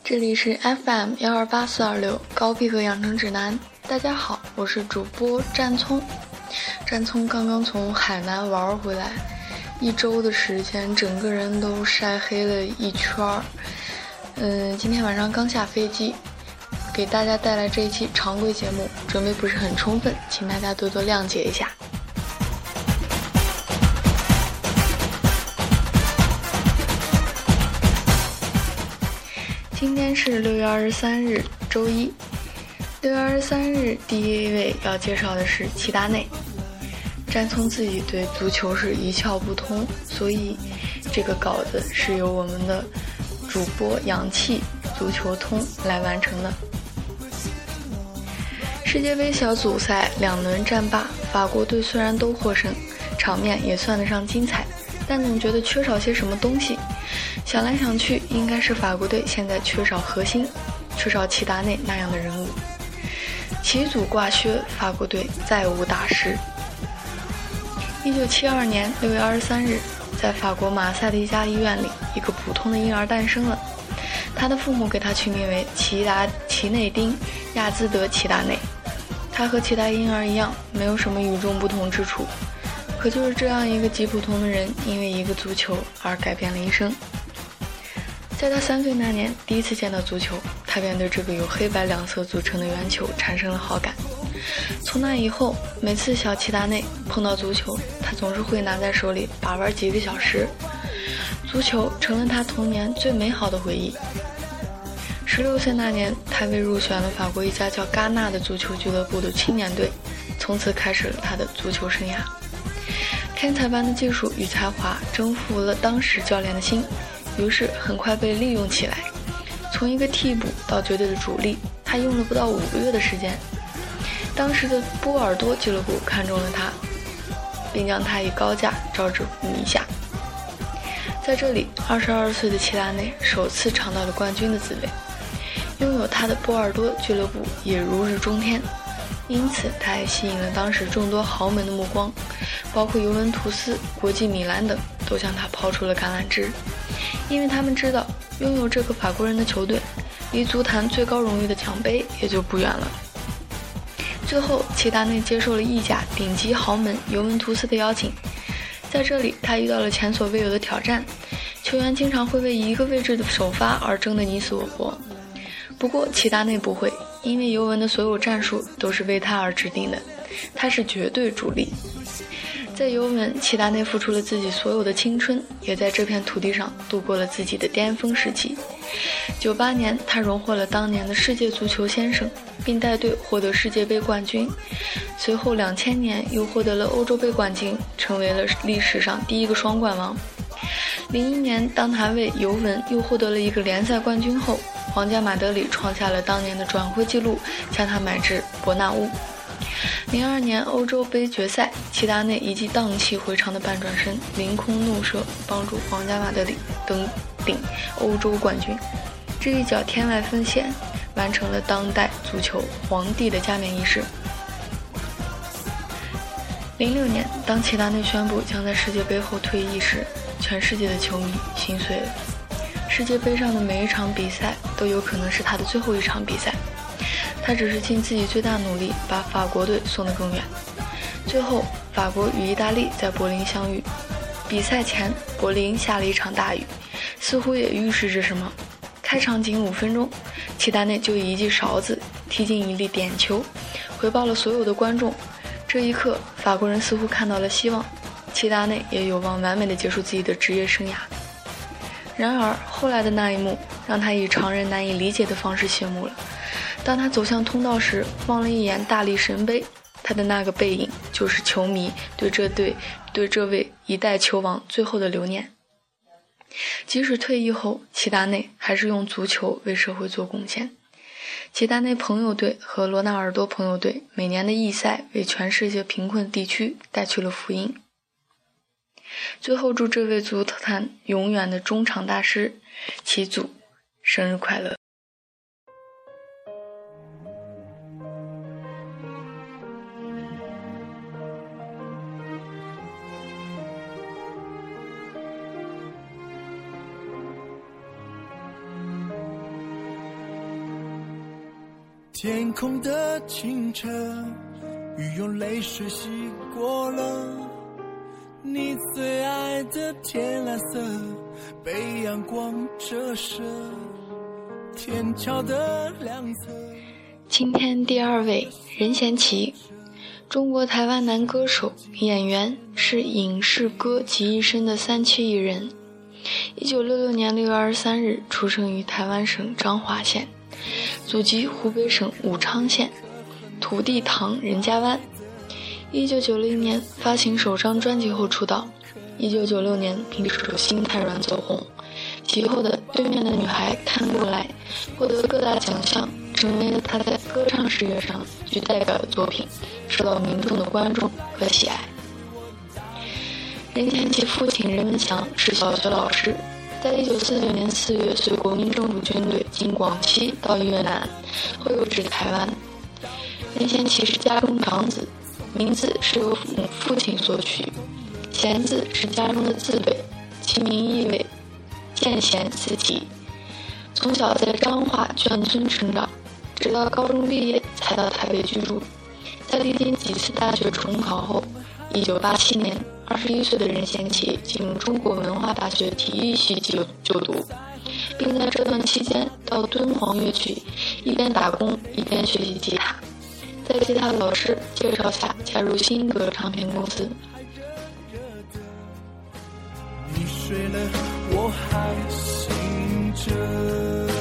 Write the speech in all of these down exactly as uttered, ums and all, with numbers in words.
这里是 F M 幺二八四二六高逼格养成指南。大家好，我是主播战聪。战聪刚刚从海南玩回来，一周的时间，整个人都晒黑了一圈儿。嗯，今天晚上刚下飞机，给大家带来这一期常规节目，准备不是很充分，请大家多多谅解一下。今天是六月二十三日，周一。六月二十三日，第一位要介绍的是齐达内。战聪自己对足球是一窍不通，所以这个稿子是由我们的主播氧气足球通来完成的。世界杯小组赛两轮战罢，法国队虽然都获胜，场面也算得上精彩，但总觉得缺少些什么东西。想来想去，应该是法国队现在缺少核心，缺少齐达内那样的人物。齐祖挂靴，法国队再无大师。一九七二年六月二十三日，在法国马赛的一家医院里，一个普通的婴儿诞生了。他的父母给他取名为齐达齐内丁亚兹德齐达内。他和其他婴儿一样，没有什么与众不同之处。可就是这样一个极普通的人，因为一个足球而改变了一生。在他三岁那年，第一次见到足球，他便对这个由黑白两色组成的圆球产生了好感。从那以后，每次小齐达内碰到足球，他总是会拿在手里把玩几个小时。足球成了他童年最美好的回忆。十六岁那年，他被入选了法国一家叫戛纳的足球俱乐部的青年队，从此开始了他的足球生涯。天才般的技术与才华征服了当时教练的心，于是很快被利用起来。从一个替补到绝对的主力，他用了不到五个月的时间。当时的波尔多俱乐部看中了他，并将他以高价招至名下。在这里，二十二岁的齐达内首次尝到了冠军的滋味。拥有他的波尔多俱乐部也如日中天，因此他也吸引了当时众多豪门的目光，包括尤文图斯、国际米兰等都向他抛出了橄榄枝，因为他们知道拥有这个法国人的球队，离足坛最高荣誉的奖杯也就不远了。最后，齐达内接受了意甲顶级豪门尤文图斯的邀请，在这里他遇到了前所未有的挑战，球员经常会为一个位置的首发而争得你死我活。不过齐达内不会，因为尤文的所有战术都是为他而制定的，他是绝对主力。在尤文，齐达内付出了自己所有的青春，也在这片土地上度过了自己的巅峰时期。九八年，他荣获了当年的世界足球先生，并带队获得世界杯冠军。随后两千年又获得了欧洲杯冠军，成为了历史上第一个双冠王。零一年，当他为尤文又获得了一个联赛冠军后，皇家马德里创下了当年的转会纪录，将他买至伯纳乌。零二年欧洲杯决赛，齐达内一记荡气回肠的半转身，凌空怒射，帮助皇家马德里登顶欧洲冠军。这一脚天外飞仙，完成了当代足球皇帝的加冕仪式。零六年，当齐达内宣布将在世界杯后退役时，全世界的球迷心碎了。世界杯上的每一场比赛都有可能是他的最后一场比赛，他只是尽自己最大努力把法国队送得更远。最后，法国与意大利在柏林相遇，比赛前柏林下了一场大雨，似乎也预示着什么。开场仅五分钟，齐达内就以一记勺子踢进一粒点球，回报了所有的观众。这一刻，法国人似乎看到了希望，齐达内也有望完美的结束自己的职业生涯。然而后来的那一幕让他以常人难以理解的方式谢幕了。当他走向通道时，望了一眼大力神杯，他的那个背影就是球迷对这对对这位一代球王最后的留念。即使退役后，齐达内还是用足球为社会做贡献。齐达内朋友队和罗纳尔多朋友队每年的义赛为全世界贫困地区带去了福音。最后祝这位足坛永远的中场大师齐祖生日快乐。 天空的清澈，雨用泪水洗过了你最爱的天蓝色，被阳光折射天桥的两侧。 今天第二位，任贤齐，中国台湾男歌手、演员，是影视歌集一身的三栖艺人。一九六六年六月二十三日出生于台湾省彰化县，祖籍湖北省武昌县，土地堂任家湾。一九九零年发行首张专辑后出道，一九九六年凭这首《心太软》走红，其后的《对面的女孩看过来》获得各大奖项，成为了他在歌唱事业上具代表的作品，受到民众的关注和喜爱。任贤齐父亲任文祥是小学老师，在一九四九年四月随国民政府军队经广西到越南，后又至台湾。任贤齐是家中长子，名字是由父父亲所取，贤字是家中的字辈，其名意为见贤思齐。从小在彰化眷村成长，直到高中毕业才到台北居住。在历经几次大学重考后，一九八七年二十一岁的任贤齐进入中国文化大学体育系就就读，并在这段期间到敦煌乐曲一边打工一边学习吉他，在吉他老师介绍下加入新歌唱片公司。 你睡了我还醒着。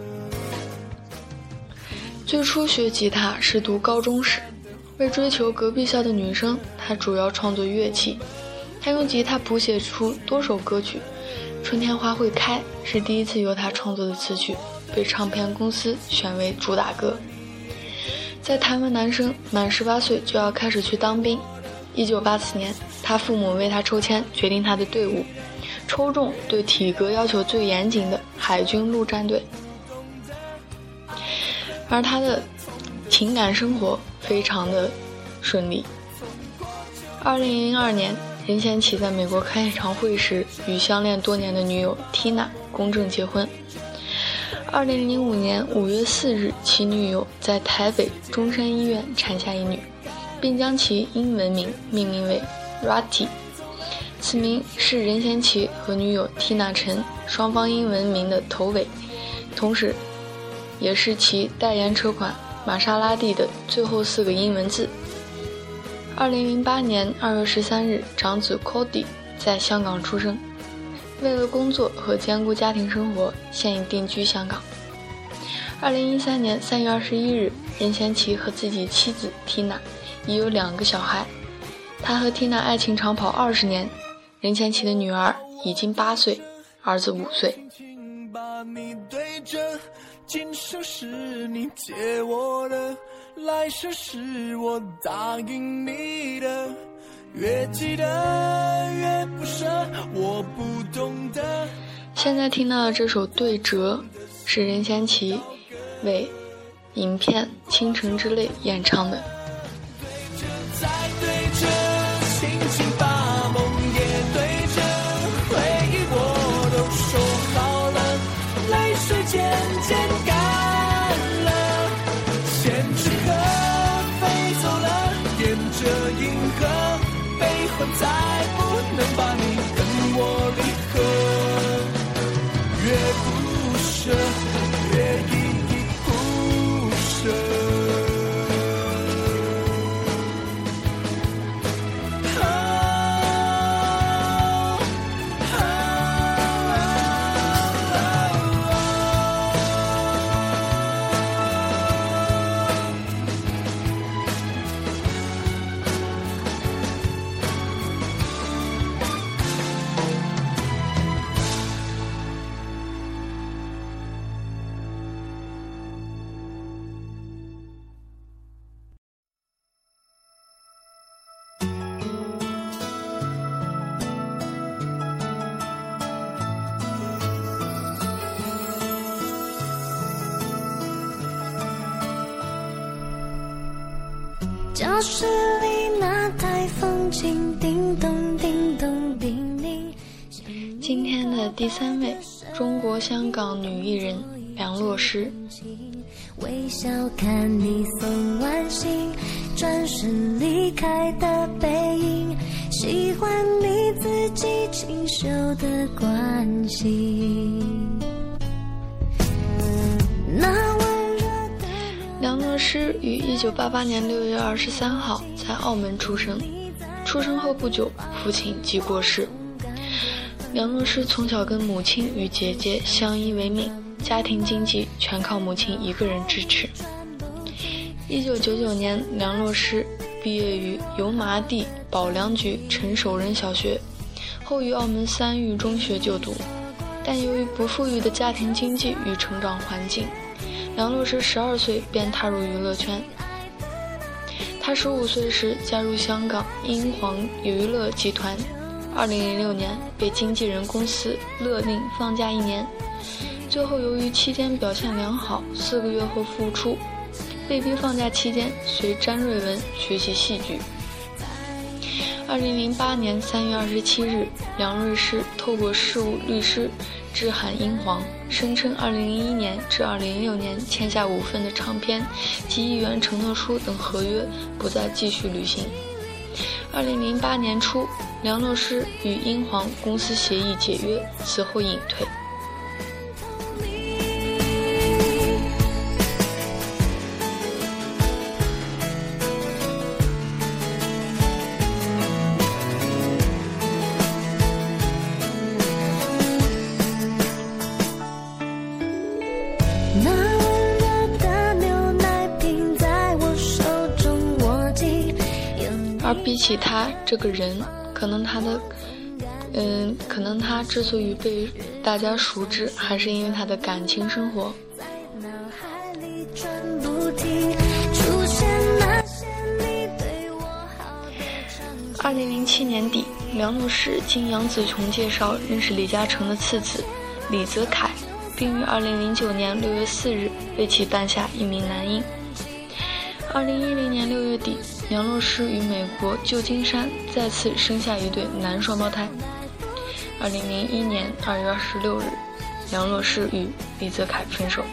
最初学吉他是读高中时，为追求隔壁校的女生，他主要创作乐器。他用吉他谱写出多首歌曲，《春天花会开》是第一次由他创作的词曲，被唱片公司选为主打歌。在台湾男生满十八岁就要开始去当兵。一九八四年，他父母为他抽签决定他的队伍，抽中对体格要求最严谨的海军陆战队。而他的情感生活非常的顺利。二零零二年，任贤齐在美国开演唱会时与相恋多年的女友 Tina 公证结婚。二零零五年五月四日，其女友在台北中山医院产下一女，并将其英文名命名为 Rati， 此名是任贤齐和女友 Tina 陈双方英文名的头尾，同时也是其代言车款玛莎拉蒂的最后四个英文字。二零零八年二月十三日，长子 Cody 在香港出生，为了工作和兼顾家庭生活，现已定居香港。二零一三年三月二十一日，任贤齐和自己妻子 Tina 已有两个小孩。他和 Tina 爱情长跑二十年，任贤齐的女儿已经八岁，儿子五岁。 把你对着，今生是你借我的，来生是我答应你的，越记得越不舍，我不懂得。 现在听到的这首《对折》是任贤齐为影片《倾城之泪》演唱的。 对着再对着，轻轻把梦也对着，回忆我都收好了，泪水渐渐干了，千纸鹤飞走了，沿着银河，悲欢再不能把你跟我离合，越不舍越依依不舍。 教室里那台风琴叮咚叮咚叮铃。 今天的第三位，中国香港女艺人梁洛施。 微笑看你送完信，转身离开的背影，喜欢你自己清秀的关心。那温热的梁洛施于一九八八年六月二十三号在澳门出生。出生后不久，父亲即过世。梁洛施从小跟母亲与姐姐相依为命，家庭经济全靠母亲一个人支持。一九九九年，梁洛施毕业于油麻地保良局陈守仁小学，后于澳门三育中学就读。但由于不富裕的家庭经济与成长环境，梁洛施十二岁便踏入娱乐圈。他十五岁时加入香港英皇娱乐集团，二零零六年被经纪人公司勒令放假一年，最后由于期间表现良好，四个月后复出。被逼放假期间，随詹瑞文学习戏剧。二零零八年三月二十七日，梁洛施透过事务律师致函英皇，声称二零零一年至二零零六年签下五份的唱片及艺员承诺书等合约，不再继续履行。二零零八年初，梁洛施与英皇公司协议解约，此后隐退。而比起他这个人，可能他的，嗯，可能他之所以被大家熟知，还是因为他的感情生活。二零零七年底，梁洛施经杨紫琼介绍认识李嘉诚的次子李泽楷，并于二零零九年六月四日为其诞下一名男婴。二零一零年六月底，梁洛施于美国旧金山再次生下一对男双胞胎。二零零一年二月二十六日，梁洛施与李泽楷分手。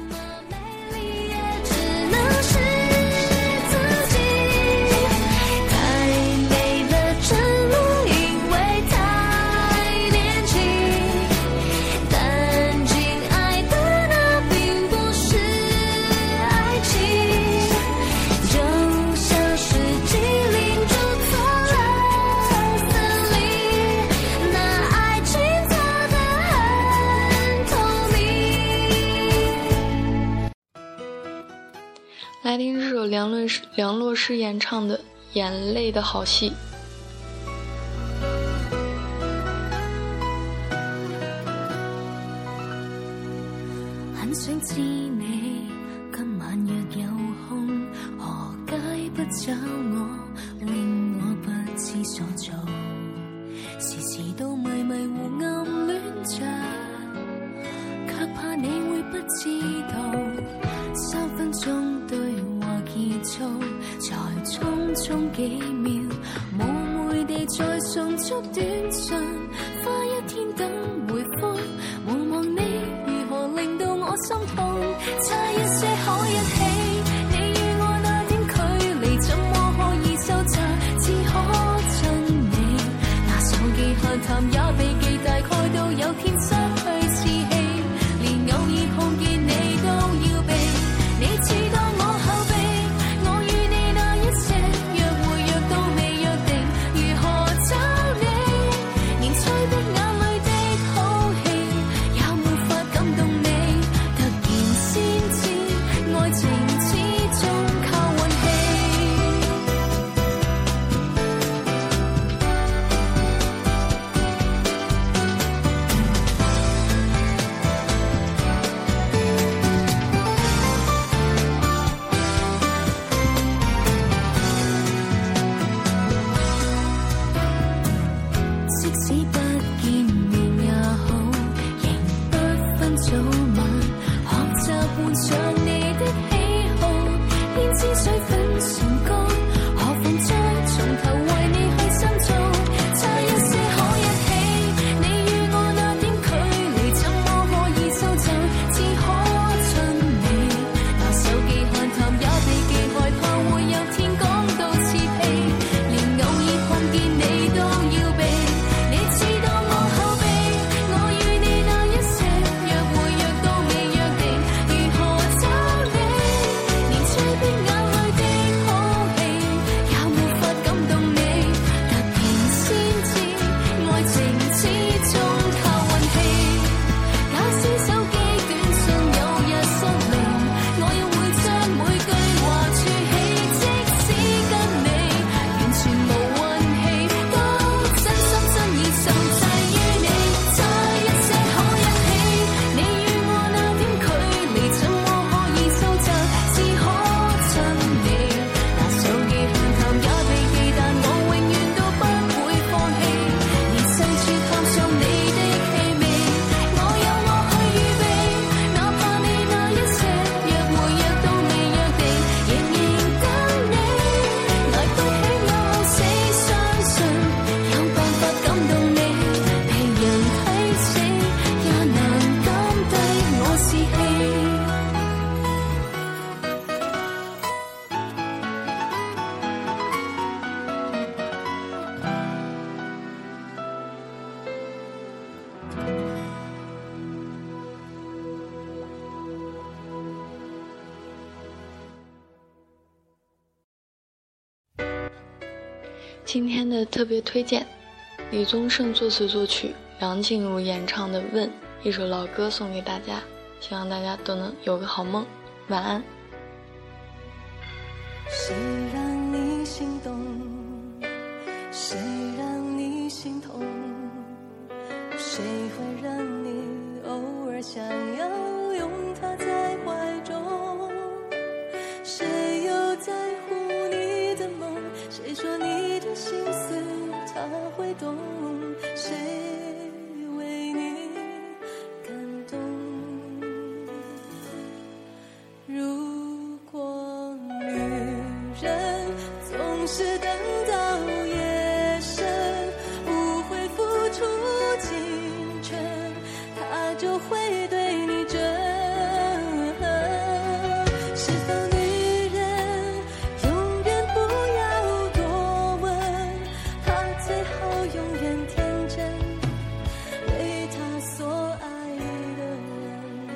来听这首梁洛施梁洛施演唱的《眼泪的好戏》。 很想知你今晚若有空，何解不找我，令我不知所措，時時都迷迷糊暗戀着，卻怕你會不知道，三分鐘對話結束，才匆匆幾秒，冒昧地再送出短信，花一天等回覆，無望你如何令到我心痛，差一些可一起，你與我那點距離，怎麼可以收窄，只可親你，拿手機看談也被記，大概都有天失去志氣，連偶爾碰見你都要避，你似當我後備，我與你那一些約會約到未約定，如何找你，連催逼眼淚的好戲也沒法感動你，突然先知愛情始終靠運氣。 今天的特别推荐，李宗盛作词作曲，梁静茹演唱的《问》，一首老歌送给大家，希望大家都能有个好梦，晚安。 谁让你心动？谁让你心痛？谁会让你偶尔想要拥他在怀中？谁又在乎你的梦？谁说你的心思他会懂？谁为你感动？如果女人总是等到夜深，不会付出青春，她就会对你真。是否女人永远不要多问，她最好永远天真，为她所爱的人。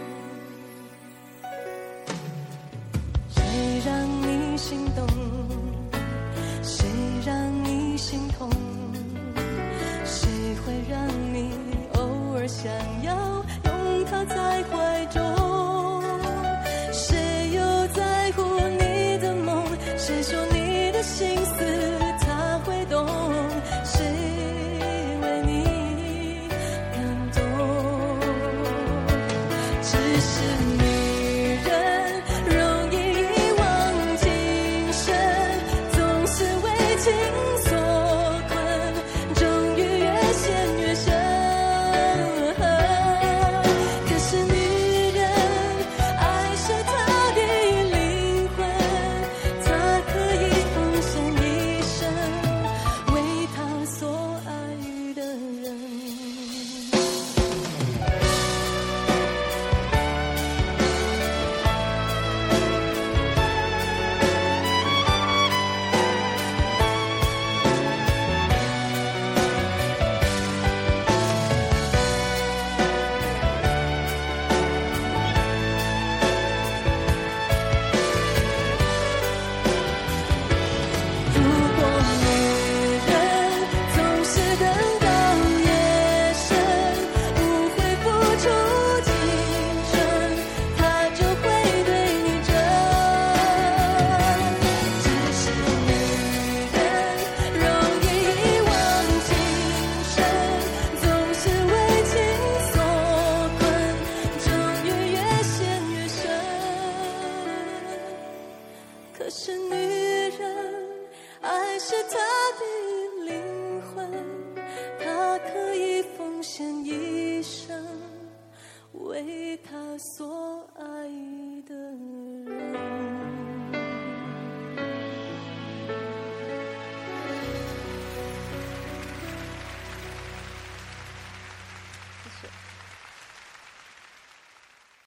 谁让你心动？谁让你心痛？谁会让你偶尔想要拥他在怀中？谁又在乎你的梦？谁说你的心思他会懂？谁为你感动？只是女人容易一往情深，总是为情所